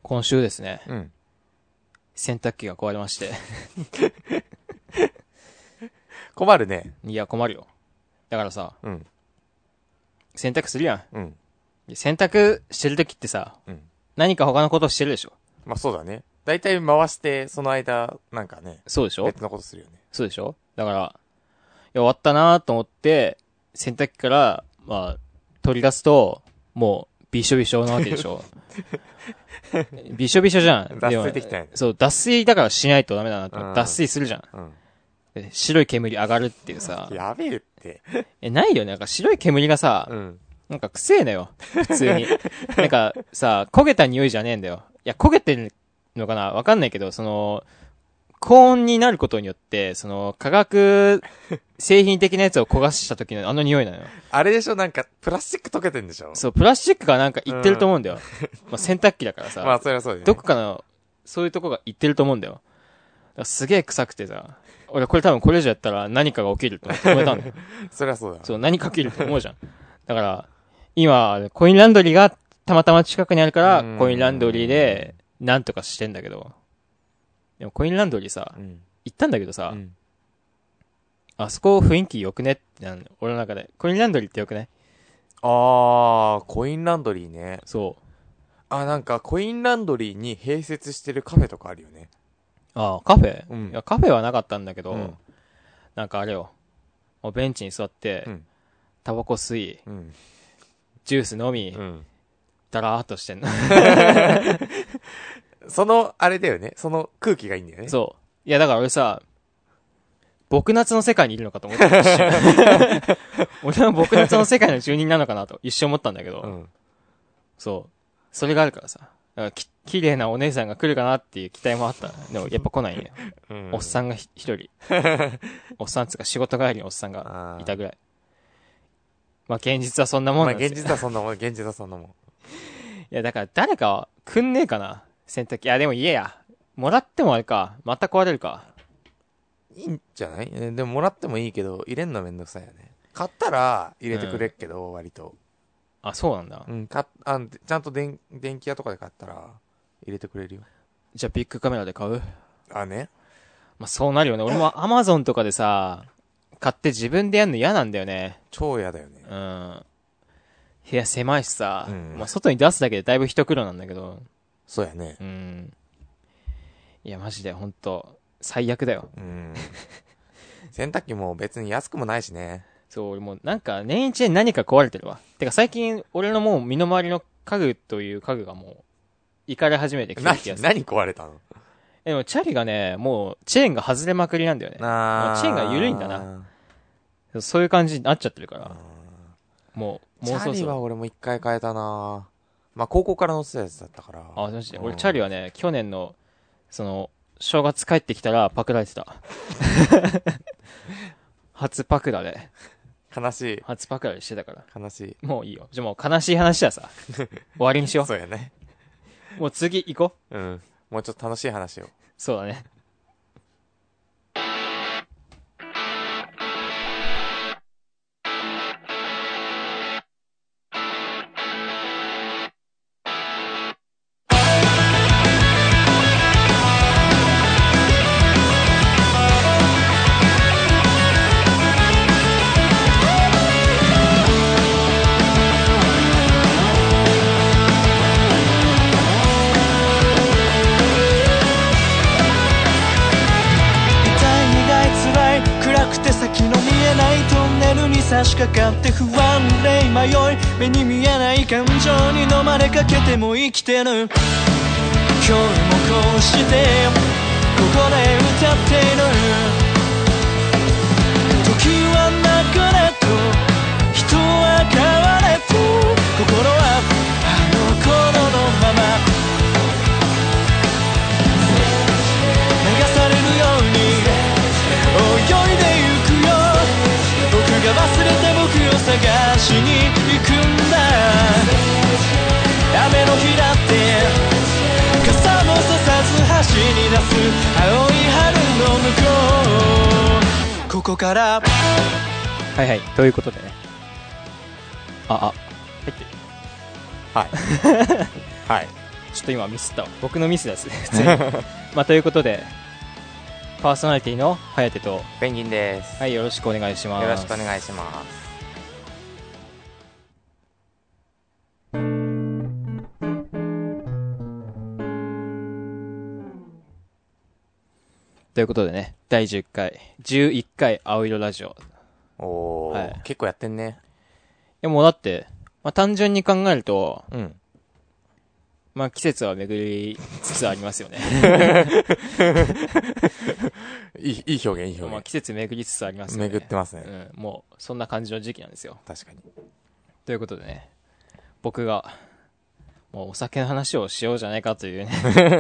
今週ですね、 うん。 洗濯機が壊れまして。 困るね。 いや、困るよ。だからさ、 うん。 洗濯するやうん。 ん。洗濯してる時ってさ、 うん。 何か他のことしてるでしょ。 まあそうだね。だいたい回して、その間、なんかね、 そうでしょ。 別のことするよね。 そうでしょ。だから、いや終わったなと思って、洗濯機から、まあ、取り出すと、もう、びしょびしょなわけでしょ。びしょびしょじゃん。 脱水できたよね。 そう、脱水だからしないとダメだなと思って、脱水するじゃん。 うん。 で白い煙上がるっていうさ。 やべえって。 ないよね。なんか白い煙がさ、 うん。 なんか臭えのよ。普通に。なんかさ、焦げた匂いじゃねえんだよ。いや、焦げてるのかなわかんないけど、高温になることによって、化学製品的なやつを焦がした時のあの匂いなのよ。 あれでしょ、なんか、プラスチック溶けてんでしょ。 そう、プラスチックがなんかいってると思うんだよ。まあ洗濯機だからさ。 まあ、それはそうだよね。 どこかの、そういうとこがいってると思うんだよ。だからすげえ臭くてさ、俺これ多分これ以上やったら何かが起きると思って止めたんだよ。 そりゃそうだ。 そう、何か起きると思うじゃん。だから、今、コインランドリーがたまたま近くにあるから、コインランドリーで、なんとかしてんだけど。でもコインランドリーさ、行ったんだけどさ、あそこ雰囲気良くねってなんだよ、俺の中で。コインランドリーって良くね。 コインランドリーね。 そう。 なんか、コインランドリーに併設してるカフェとかあるよね。 カフェ、 うん。 いや、カフェはなかったんだけど、 うんなんかあれよ。もうベンチに座って、タバコ吸い、ジュース飲み、だらーっとしてんの。 あれだよね。その空気がいいんだよね。 そう。いや、だから俺さ、僕夏の世界にいるのかと思った。一瞬俺は僕夏の世界の住人なのかなと一瞬思ったんだけど、そう。それがあるからさ。だから綺麗なお姉さんが来るかなっていう期待もあった。でもやっぱ来ないね。おっさんが一人。おっさんつうか仕事帰りのおっさんがいたぐらい。まあ現実はそんなもんなんですよ。 現実はそんなもん、現実はそんなもん。 いやだから誰か来んねえかな洗濯機。いやでも言えや。もらってもあれか。また壊れるか。 いいんじゃないでももらってもいいけど、入れんのめんどくさいよね。買ったら入れてくれっけど、割と。 あ、そうなんだ。 ちゃんと電気屋とかで買ったら入れてくれるよ。 じゃあビッグカメラで買う？ ね。 まあそうなるよね。俺もアマゾンとかでさ、買って自分でやるの嫌なんだよね。 超嫌だよね。 うん。部屋狭いしさ、まあ外に出すだけでだいぶ一苦労なんだけど。 そうやね。 いやマジでほんと、最悪だよ。 洗濯機も別に安くもないしね。 そう、俺もうなんか年一で何か壊れてるわ。てか最近俺のもう身の回りの家具という家具がもう、いかれ始めてきてる気がする。 何壊れたの？ でもチャリがね、もうチェーンが外れまくりなんだよね。もうチェーンが緩いんだな。そういう感じになっちゃってるから。もうそろそろ。 チャリは俺も一回変えたな。まあ高校から乗ってたやつだったから。 マジで。俺チャリはね、去年の、正月帰ってきたらパクられてた。初パクられ。 悲しい。 初パクられしてたから。 悲しい。 もういいよ。じゃあもう悲しい話はさ、終わりにしよう。 そうやね。 もう次行こう。もうちょっと楽しい話を。 そうだね。 差し掛かって不安で迷い目に見えない感情に飲まれかけても生きてる今日もこうしてここで歌っている時は流れと人は変われと心はあの頃のまま流されるように泳いでゆくよ僕が忘れて僕を探しに行くんだ雨の日だって傘もささず走り出す青い春の向こうここからはいはいということでね入ってるはいはいちょっと今ミスったわ。僕のミスですね。普通に。まあ、ということで、パーソナリティの颯と、 ペンギンです。 はい、よろしくお願いします。 よろしくお願いします。 ということでね、第11回青色ラジオ。 おー、 はい、 結構やってんね。 いやもうだって、まあ、単純に考えると、 うん。 まあ、季節は巡りつつありますよね。 いい表現。 まあ、季節巡りつつありますよね。 巡ってますね。 うん、もう、そんな感じの時期なんですよ。 確かに。 ということでね、僕が、もうお酒の話をしようじゃないかというね。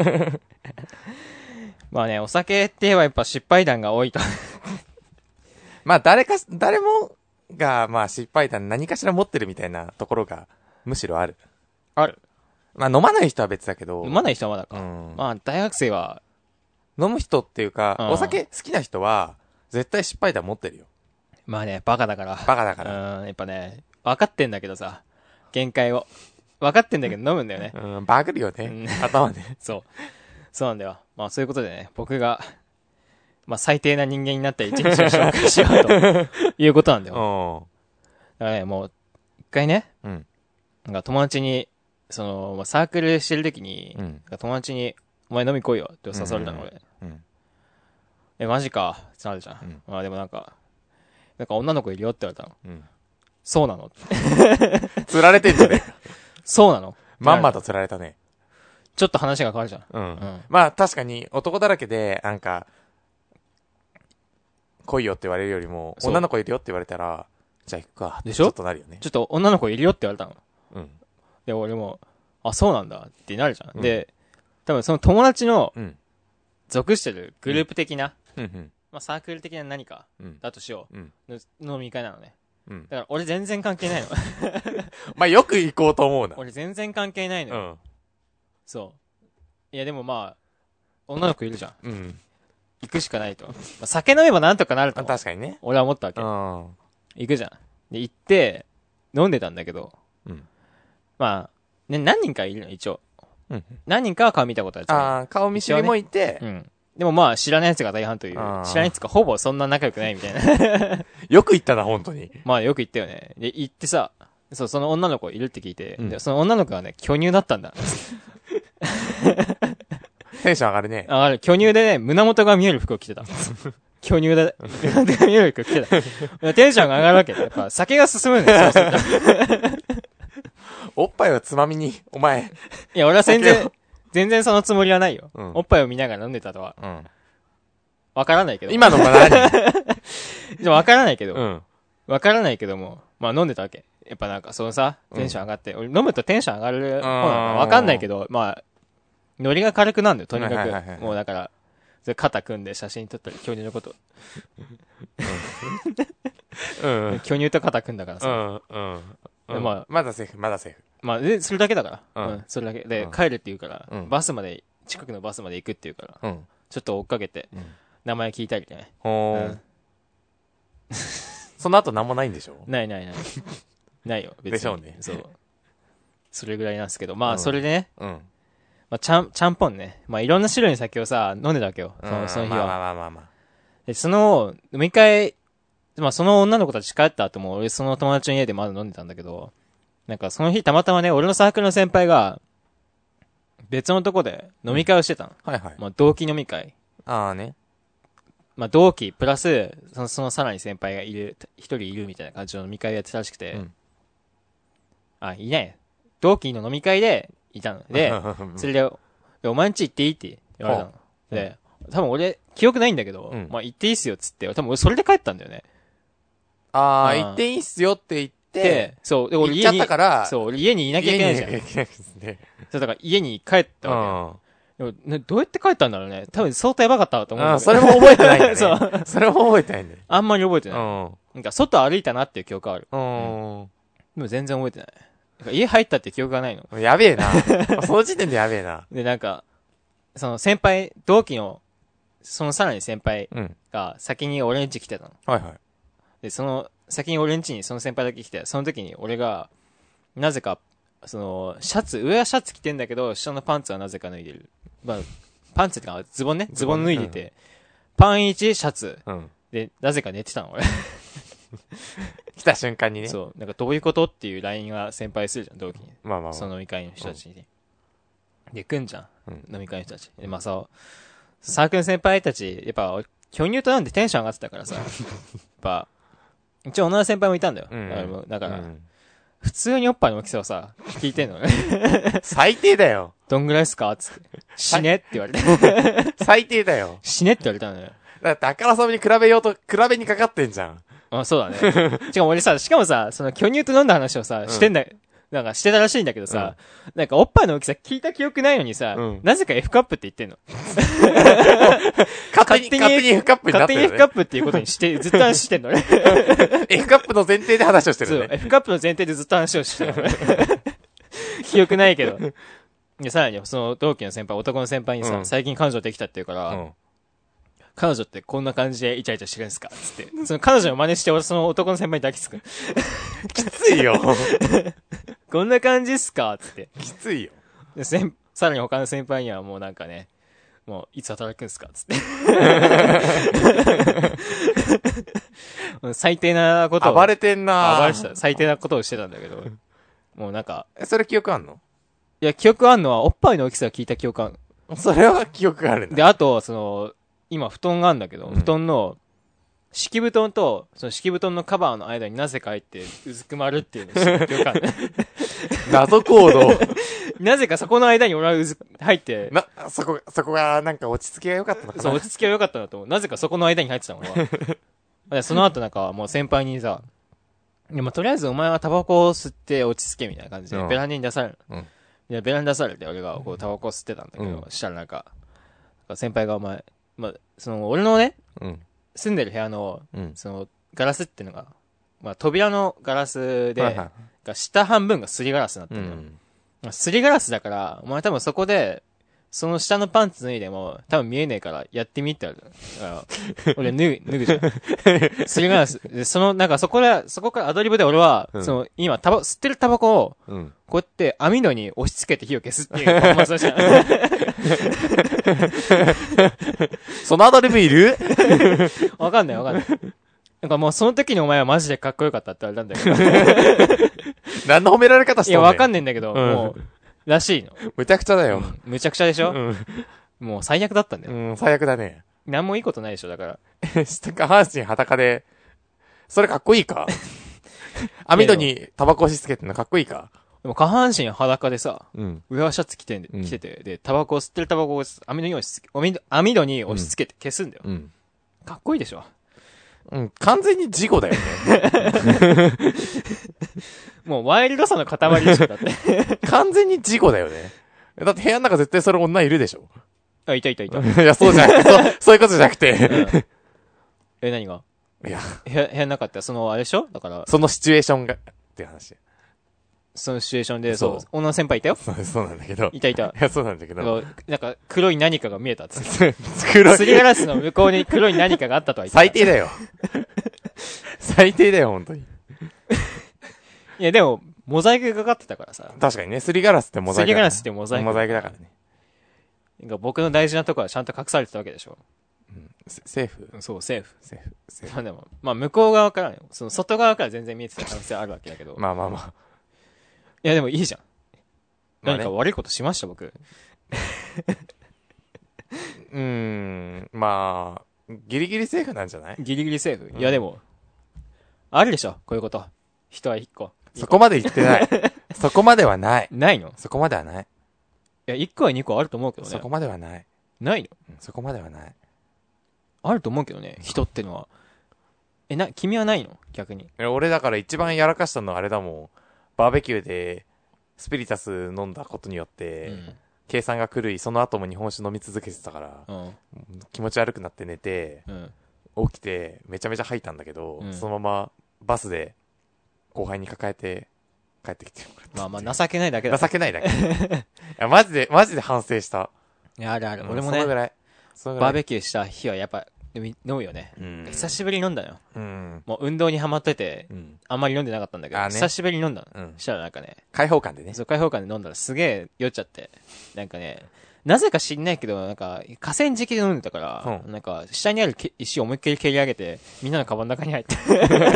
まあね、お酒って言えばやっぱ失敗談が多いと。 まあ、誰もが、まあ、失敗談何かしら持ってるみたいなところが、むしろある。 ある。 まあ、飲まない人は別だけど。 飲まない人はまだか。 うん。 まあ、大学生は、 飲む人っていうか、 うんお酒好きな人は、絶対失敗談持ってるよ。 まあね、バカだから。 バカだから。 うん、やっぱね、分かってんだけどさ、限界を。分かってんだけど飲むんだよね。 うん、バグるよね。 うん、 頭ね。 そう。そうなんだよ。まあそういうことでね、僕が、まあ最低な人間になった一日を紹介しようということなんだよ。だからね、もう、一回ね、 うん。 なんか友達に、まあ、サークルしてる時に、 うん。 なんか友達に、お前飲み来いよって誘われたの、俺。 うん。 マジかってなるじゃん。 うん、 まあでもなんか女の子いるよって言われたの。 うん。 そうなの釣られてんじゃねそうなのまんまと釣られたね。 ちょっと話が変わるじゃん。 うん。まあ確かに男だらけで、なんか、来いよって言われるよりも、女の子いるよって言われたら、じゃあ行くか。 でしょ？ ちょっとなるよね。 ちょっと女の子いるよって言われたの。 うん。 で、俺も、あ、そうなんだってなるじゃん。 うん、 で、多分その友達の、 うん。 属してるグループ的な、 うん。 まあサークル的な何か、だとしよう。 うん。 飲み会なのね。 うん。 だから俺全然関係ないの。 まあよく行こうと思うな。 俺全然関係ないのよ。 うん。 そう。いやでもまあ、女の子いるじゃん。 うん。 行くしかないと。まあ、酒飲めばなんとかなると。 確かにね。 俺は思ったわけ。 うん。 行くじゃん。で、行って、飲んでたんだけど、 うん。 まあ、ね、何人かいるの、一応。 うん。 何人かは顔見たことある。 ああ、顔見知りもいて、 うん。でもまあ、知らない奴が大半という。知らない奴がほぼそんな仲良くないみたいな。 よく行ったな、本当に。 まあ、よく言ったよね。で、行ってさ、そう、その女の子いるって聞いて、でその女の子がね、巨乳だったんだ。 テンション上がるね。 あれ、巨乳でね、胸元が見える服を着てた。巨乳で、胸元が見える服を着てた。テンションが上がるわけで。やっぱ、酒が進むんだよ、そうおっぱいをつまみに、お前。 いや、俺は全然そのつもりはないよ。おっぱいを見ながら飲んでたとは。わからないけど。 今のも何でもわからないけど。 うん。 わからないけども、まあ飲んでたわけ。やっぱなんかそのさ、テンション上がって、俺飲むとテンション上がる方なのかわかんないけど、まあ、ノリが軽くなんだよ、とにかく。もうだから、それ肩組んで写真撮ったり、巨乳のこと。巨乳と肩組んだからさ。まあ、 まだセーフ。 まあ、それだけだから。それだけ。で、帰るって言うから、近くのバスまで行くって言うから、ちょっと追っかけて、名前聞いたりね。 その後何もないんでしょ？ ない。ないよ、別に。 でしょうね。 そう。それぐらいなんですけど、まあ、それでね、 まあ、ちゃんぽんね。まあ、いろんな種類の酒をさ、飲んでたわけよ。その日は。 まあ。 で、その、飲み会、まあ、その女の子たち帰った後も、俺その友達の家でまだ飲んでたんだけど、なんかその日たまたまね、俺のサークルの先輩が、別のとこで飲み会をしてたの。 はいはい。 まあ、同期飲み会。 ああね。 まあ、同期、プラス、そのさらに先輩がいる、一人いるみたいな感じの飲み会をやってたらしくて、いない。同期の飲み会でいたの。で、それで、お前んち行っていいって言われたの。で、多分俺、記憶ないんだけど、まあ、行っていいっすよっつって、多分俺それで帰ったんだよね。 ああ、行っていいっすよって言って、 そう、で、 俺家に、 そう、俺家にいなきゃいけないじゃん。そう、だから家に帰ったわけ。でもね、どうやって帰ったんだろうね。多分相当やばかったと思うんだけど。 それも覚えてないんだね。 そう。 それも覚えてないんだね。 あんまり覚えてない。なんか外歩いたなっていう記憶ある。でも全然覚えてない。なんか家入ったって記憶がないの。 やべえな。その時点でやべえな。 で、なんか、その先輩、同期の、そのさらに先輩が先に俺ん家来てたの。 はいはい。 で、先に俺ん家にその先輩だけ来て、その時に俺が、なぜか、 その、シャツ、上はシャツ着てんだけど、下のパンツはなぜか脱いでる。まあ、パンツってか、ズボンね。ズボン脱いでて、パン1、シャツ。で、なぜか寝てたの、俺。 来た瞬間にね。 そう。なんかどういうことっていう LINE が先輩するじゃん、同期に。 まあまあまあ。 その飲み会の人たちに。で、来んじゃん。飲み会の人たち。で、まあさ、サークル先輩たち、やっぱ、巨乳となんでテンション上がってたからさ、やっぱ、一応女の先輩もいたんだよ。だから、普通におっぱいの大きさをさ、聞いてんのね。 最低だよ。 どんぐらいっすかつって。死ねって言われて。 最低だよ。 死ねって言われたのよ。 だってあからさまに比べにかかってんじゃん。 あ、そうだね。しかも俺さ、しかもさ、その巨乳と飲んだ話をさ、してんだ、なんかしてたらしいんだけどさ、なんかおっぱいの大きさ聞いた記憶ないのにさ、なぜか F カップって言ってんの。 勝手に F カップになってる、ね。 勝手に F カップっていうことにして、ずっと話してんのね。 F カップの前提で話をしてるね。 そう、F カップの前提でずっと話をしてるのね。記憶ないけど。で、さらに、その同期の先輩、男の先輩にさ、最近彼女できたって言うから、彼女ってこんな感じでイチャイチャしてるんですかつって。その彼女の真似して俺その男の先輩に抱きつく。 きついよ。 こんな感じっすかつって。 きついよ。 で、さらに他の先輩にはもうなんかね、もういつ働くんすかつって。最低なことを。 暴れてんな暴れてた。最低なことをしてたんだけど。もうなんか。 それ記憶あんの？ いや、記憶あんのはおっぱいの大きさを聞いた記憶あるの。 それは記憶があるんだ。 で、あと、その、今布団があるんだけど、布団の、敷布団と、その敷布団のカバーの間になぜか入って、うずくまるっていうのを知った記憶ある。 謎行動。 なぜかそこの間に俺は入って、 そこがなんか落ち着きが良かったのかな。 そう、落ち着きが良かったなと思う。なぜかそこの間に入ってたの俺は。で、その後なんかもう先輩にさ、でもとりあえずお前はタバコを吸って落ち着けみたいな感じで、ベランダに出される。で、ベランダ出されて俺がこうタバコを吸ってたんだけど、したらなんか先輩がお前、まあ、その俺のね、住んでる部屋の、そのガラスっていうのが、まあ扉のガラスで、下半分がすりガラスになってるの。すりガラスだから、お前多分そこで、その下のパンツ脱いでも、多分見えねえからやってみってある。俺脱ぐじゃん。すりガラス。で、なんかそこからアドリブで俺は、今吸ってるタバコを、こうやって網戸に押し付けて火を消すっていうパフォーマンスをした。 そのアドリブいる？ わかんない。なんかもうその時にお前はマジでかっこよかったって言われたんだけど。 何の褒められ方したの？ いや、わかんないんだけど、もう、らしいの。 むちゃくちゃだよ。 むちゃくちゃでしょ？もう最悪だったんだよ。 最悪だね。 なんもいいことないでしょ、だから。 下半身裸で、それかっこいいか？網戸にタバコ押し付けてんのかっこいいか？ でも下半身裸でさ、上はシャツ着てて、で、吸ってるタバコを網戸に押し付けて消すんだよ。かっこいいでしょ。 完全に事故だよね。 もうワイルドさの塊でしょ、だって。 完全に事故だよね。だって部屋の中絶対それ女いるでしょ。 あ、いた。いや、そうじゃなくて、そういうことじゃなくて。 何が？ いや。 部屋の中って、あれでしょ？だから。 そのシチュエーションが、っていう話。 そのシチュエーションで、女の先輩いたよ。 そうなんだけど。 いた。いや、そうなんだけど。 なんか、黒い何かが見えたっつって。 すりガラスの向こうに黒い何かがあったとは言ってた。 最低だよ。最低だよ、本当に。 いや、でも、モザイクがかかってたからさ。 確かにね、すりガラスってモザイク。 すりガラスってモザイク。 モザイクだからね。 なんか僕の大事なとこはちゃんと隠されてたわけでしょ。 セーフ？ そう、セーフ。まあでも、まあ向こう側から、外側から全然見えてた可能性あるわけだけど。 まあ。 いやでもいいじゃん。何か悪いことしました、僕。 まあ、ギリギリセーフなんじゃない？ ギリギリセーフ。いやでも、あるでしょ、こういうこと。人は一個。 そこまで言ってない。そこまではない。 ないの？ そこまではない。 いや、1個は2個あると思うけどね。 そこまではない。 ないの？ そこまではない。 あると思うけどね、人ってのは。君はないの？逆に。 俺だから一番やらかしたのはあれだもん。バーベキューでスピリタス飲んだことによって、計算が狂い、その後も日本酒飲み続けてたから、気持ち悪くなって寝て、起きてめちゃめちゃ吐いたんだけど、そのままバスで後輩に抱えて帰ってきてまあ情けないだけだ。 情けないだけ。いや、マジで反省した。 いや、ある。俺もね、 そのぐらい。 バーベキューした日はやっぱ飲むよね。 うん。 久しぶりに飲んだよ。 うん。 もう運動にハマってて、あんまり飲んでなかったんだけど、 ね、 久しぶりに飲んだの。 うん。 したらなんかね、 開放感でね。 そう、開放感で飲んだらすげえ酔っちゃって、なんかね、なぜか知んないけど、なんか、河川敷で飲んでたから、なんか、下にある石を思いっきり蹴り上げて、みんなのカバンの中に入って。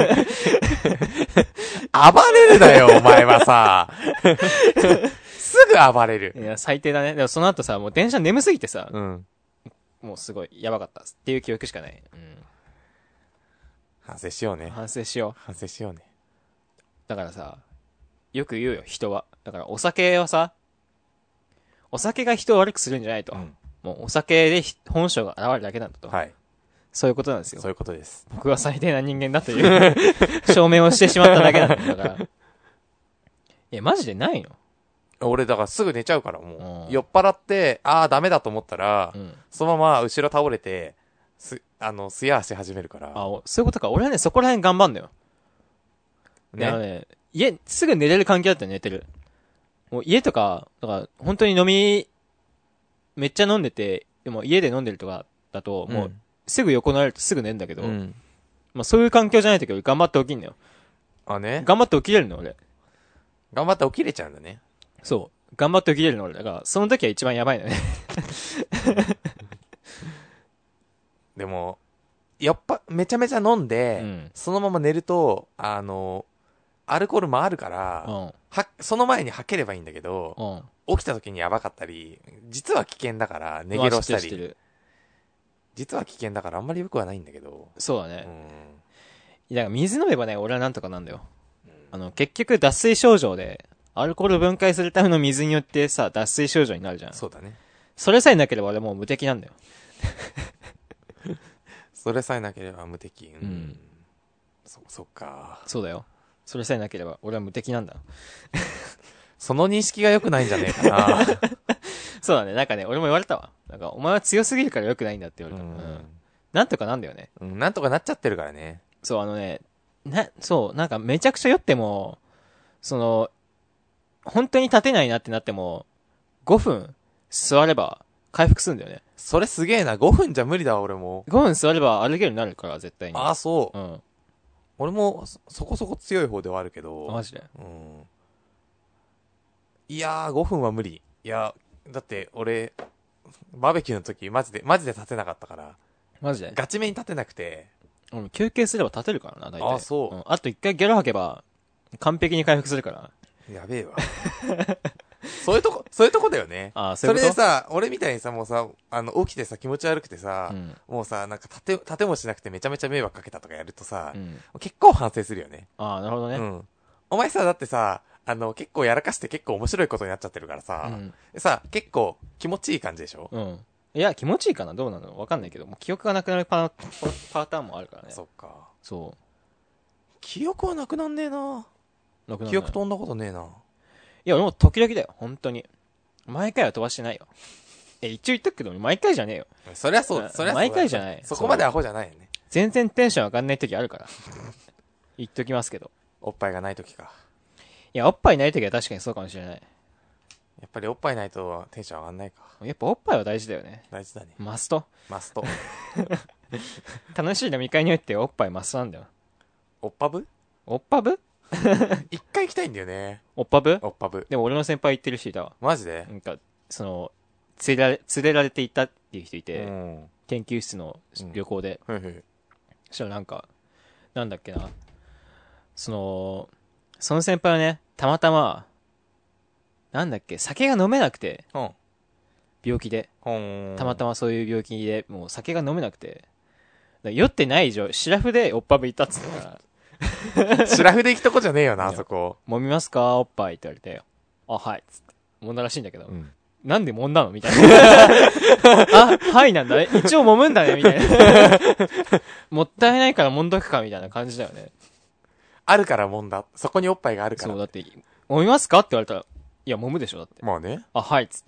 暴れるなよ、お前はさ。すぐ暴れる。 いや、最低だね。でもその後さ、もう電車眠すぎてさ、 うん。 もうすごいやばかったっていう記憶しかない。うん。 反省しようね。 反省しよう。 反省しようね。 だからさ、よく言うよ、人は。だからお酒はさ、お酒が人を悪くするんじゃないと。もうお酒で本性が現れるだけなんだと。 はい。 そういうことなんですよ。 そういうことです。 僕は最低な人間だという証明をしてしまっただけなんだから。マジでないの？ 俺だからすぐ寝ちゃうからもう、酔っ払って、ダメだと思ったら、そのまま後ろ倒れて、すやし始めるから。 そういうことか。俺はね、そこら辺頑張んだよ。ね。すぐ寝れる環境だったら寝てる。もう家とか、だから本当にめっちゃ飲んでて、でも家で飲んでるとかだと、もうすぐ横になるとすぐ寝るんだけど、まあそういう環境じゃないときは頑張って起きんのよ。 ね。 頑張って起きれるの俺。 頑張って起きれちゃうんだね。 そう。頑張って起きれるの俺。だから、その時は一番やばいのね。 でも、めちゃめちゃ飲んで、そのまま寝ると、アルコールもあるから、その前に吐ければいいんだけど、起きた時にやばかったり、実は危険だから寝ゲロしたり、実は危険だからあんまり良くはないんだけど。 そうだね。だから水飲めばね、俺はなんとかなんだよ。結局脱水症状で、アルコールを分解するための水によってさ、脱水症状になるじゃん。 そうだね。 それさえなければ俺もう無敵なんだよ。 それさえなければ無敵。そっか。 そうだよ。それさえなければ俺は無敵なんだ。 その認識が良くないんじゃねえかな。 そうだね。なんかね、俺も言われたわ。なんか、お前は強すぎるから良くないんだって言われた。なんとかなんだよね。 なんとかなっちゃってるからね。 そう、なんかめちゃくちゃ酔っても、本当に立てないなってなっても、5分座れば回復するんだよね。 それすげえな。5分じゃ無理だわ、俺も。 5分座れば歩けるようになるから、絶対に。 そう。俺もそこそこ強い方ではあるけど。 マジで。 いやー、5分は無理。いや、だって俺、バーベキューの時、マジで立てなかったから。 マジでガチめに立てなくて。 休憩すれば立てるからな、大体。 そう。 あと一回ギャラ吐けば、完璧に回復するから。 やべえわ。そういうとこだよね。 そういうこと。それでさ、俺みたいにさ、もうさ、起きてさ、気持ち悪くてさ、もうさ、なんか立てもしなくてめちゃめちゃ迷惑かけたとかやるとさ、結構反省するよね。 なるほどね。 お前さ、だってさ、結構やらかして結構面白いことになっちゃってるからさ、さ、結構気持ちいい感じでしょ？ いや、気持ちいいかなどうなのわかんないけど、もう記憶がなくなるパターンもあるからね。 そっか。 そう。 記憶はなくなんねえな。記憶飛んだことねえな。 いや、俺も時々だよ、本当に。毎回は飛ばしてないよ。一応言っとくけど、毎回じゃねえよ。 そりゃそう、 毎回じゃない。 そこまでアホじゃないよね。 全然テンション上がんない時あるから。言っときますけど。 おっぱいがない時か。 いや、おっぱいない時は確かにそうかもしれない。 やっぱりおっぱいないとテンション上がんないか。 やっぱおっぱいは大事だよね。 大事だね。 マスト。楽しい飲み会においておっぱいマストなんだよ。 おっぱぶ一回行きたいんだよね。 おっぱぶでも俺の先輩行ってる人いたわ。 マジで？ なんか、連れられて行ったっていう人いて、研究室の旅行で。そしたらなんか、なんだっけな。その先輩はね、たまたま、なんだっけ、酒が飲めなくて、病気で。たまたまそういう病気で、もう酒が飲めなくて。酔ってない以上、シラフでおっぱぶ行ったっつったから。 シラフで行くとこじゃねえよな、あそこ。 揉みますかおっぱいって言われて。はい。つって。揉んだらしいんだけど。なんで揉んだのみたいな。はいなんだね。一応揉むんだね、みたいな。もったいないから揉んどくか、みたいな感じだよね。 あるから揉んだ。そこにおっぱいがあるから。 そう、だって、揉みますかって言われたら、いや、揉むでしょ、だって。 まあね。 はい、つって。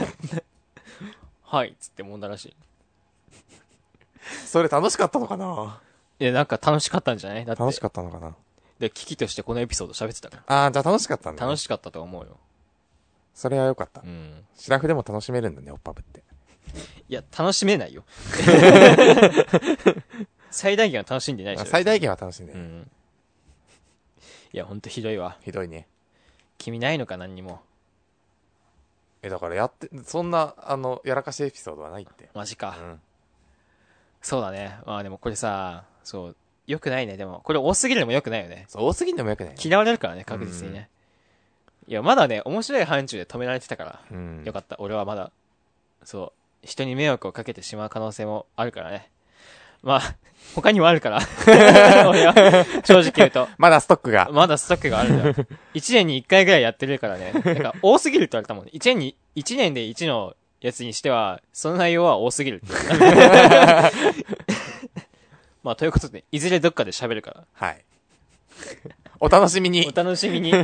はい、つって揉んだらしい。 それ楽しかったのかな？ いや、なんか楽しかったんじゃない？だって。 楽しかったのかな？ で、危機としてこのエピソード喋ってたから。 じゃあ楽しかったんだ、ね。 楽しかったと思うよ。 それは良かった。シラフでも楽しめるんだね、おっぱぶって。 いや、楽しめないよ。最大限は楽しんでないし。 最大限は楽しんでない。うん。 いや、ほんとひどいわ。 ひどいね。 君ないのか、何にも。 だからそんな、やらかしエピソードはないって。 マジか。うん。そうだね。まあでもこれさ、そう、良くないね。でも、これ多すぎるのも良くないよね。 そう、多すぎるのも良くない、ね。 嫌われるからね、確実にね。いや、まだね、面白い範疇で止められてたから、よかった。俺はまだ、そう、人に迷惑をかけてしまう可能性もあるからね。まあ、他にもあるから。俺は、正直言うと。 まだストックがあるんだよ。1年に1回ぐらいやってるからね。なんか、多すぎるって言われたもんね。1年で1のやつにしては、その内容は多すぎるって言われた。まあ、ということで、いずれどっかで喋るから。 はい。お楽しみに。 お楽しみに。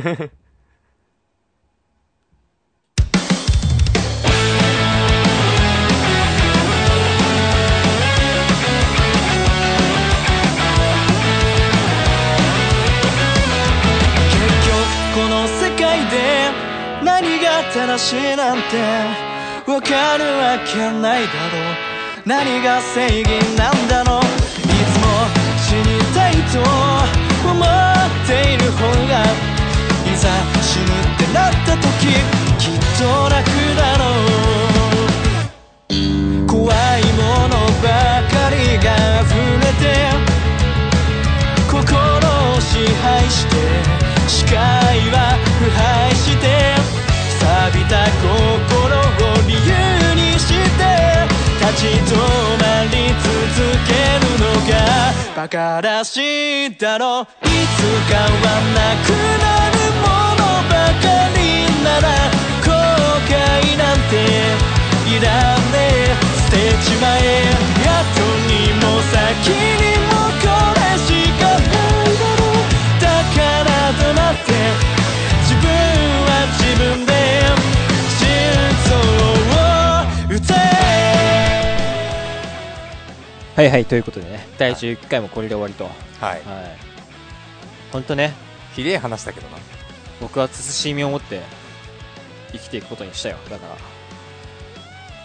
何が正しいなんてわかるわけないだろう。何が正義なんだろう。いつも死にたいと思っている方が、いざ死ぬってなった時きっと楽だろう。怖いものばかりが溢れて心を支配して、視界は腐敗して錆びた心を理由にして立ち止まり続けるのが馬鹿らしいだろう。いつかはなくなるものばかりなら後悔なんていらねえ。捨てちまえ。後にも先にもこれしかないだろう。だから黙って自分は自分ではいはい、ということでね、第11回もこれで終わりと。 はい。 ほんとね。 ひでえ話だけどな。 僕は慎みを持って生きていくことにしたよ。だから、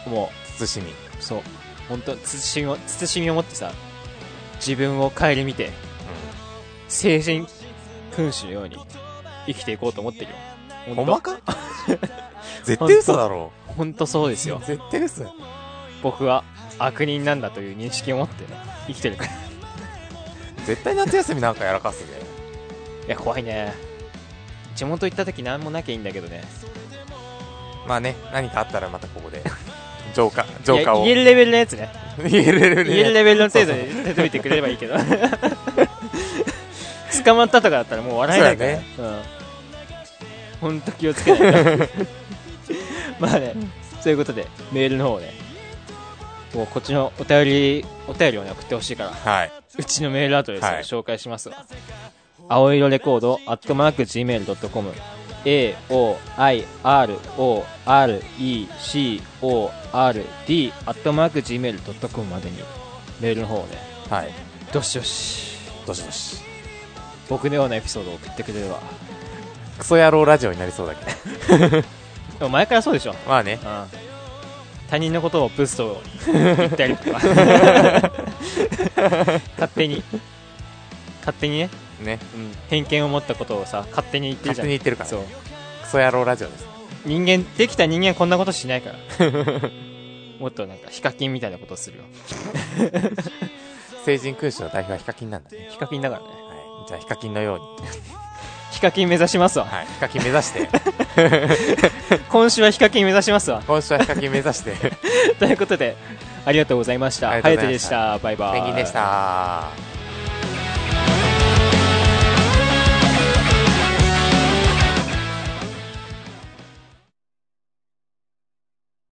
もう、慎み。 そう。ほんと、慎みを持ってさ、自分を顧みて、聖人君主のように生きていこうと思ってるよ。 ほんまか絶対嘘だろう。ほんとそうですよ。 絶対嘘。 僕は悪人なんだという認識を持ってね、生きてるから。 絶対夏休みなんかやらかすね。 いや、怖いね。地元行った時なんもなきゃいいんだけどね。 まあね、何かあったらまたここで浄化を言えるレベルのやつね。 言えるレベルの程度で手解いてくれればいいけど捕まったとかだったらもう笑えないからね。ほんと気をつけないとまあね、そういうことでメールの方ね、もうこっちのお便りをね送ってほしいから、 はい、 うちのメールアドレスを紹介しますわ。青色レコード@gmail.com AOIRORECORD@gmail.com までにメールの方をね、 はい、 どしどし僕のようなエピソードを送ってくれれば。 クソ野郎ラジオになりそうだけどでも前からそうでしょ。 まあね、 他人のことをブスと言ったりとか勝手にね、偏見を持ったことをさ勝手に言ってるじゃん。 勝手に言ってるから、 そうクソ野郎ラジオです。 できた人間こんなことしないからもっとなんかヒカキンみたいなことをするよ聖人君主の代表はヒカキンなんだね。 ヒカキンだからね、 はい、じゃあヒカキンのようにヒカキン目指しますわ。 はい、ヒカキン目指して今週はヒカキン目指しますわ。 今週はヒカキン目指してということでありがとうございました。ハヤテでした。バイバイ。 ペンギンでした。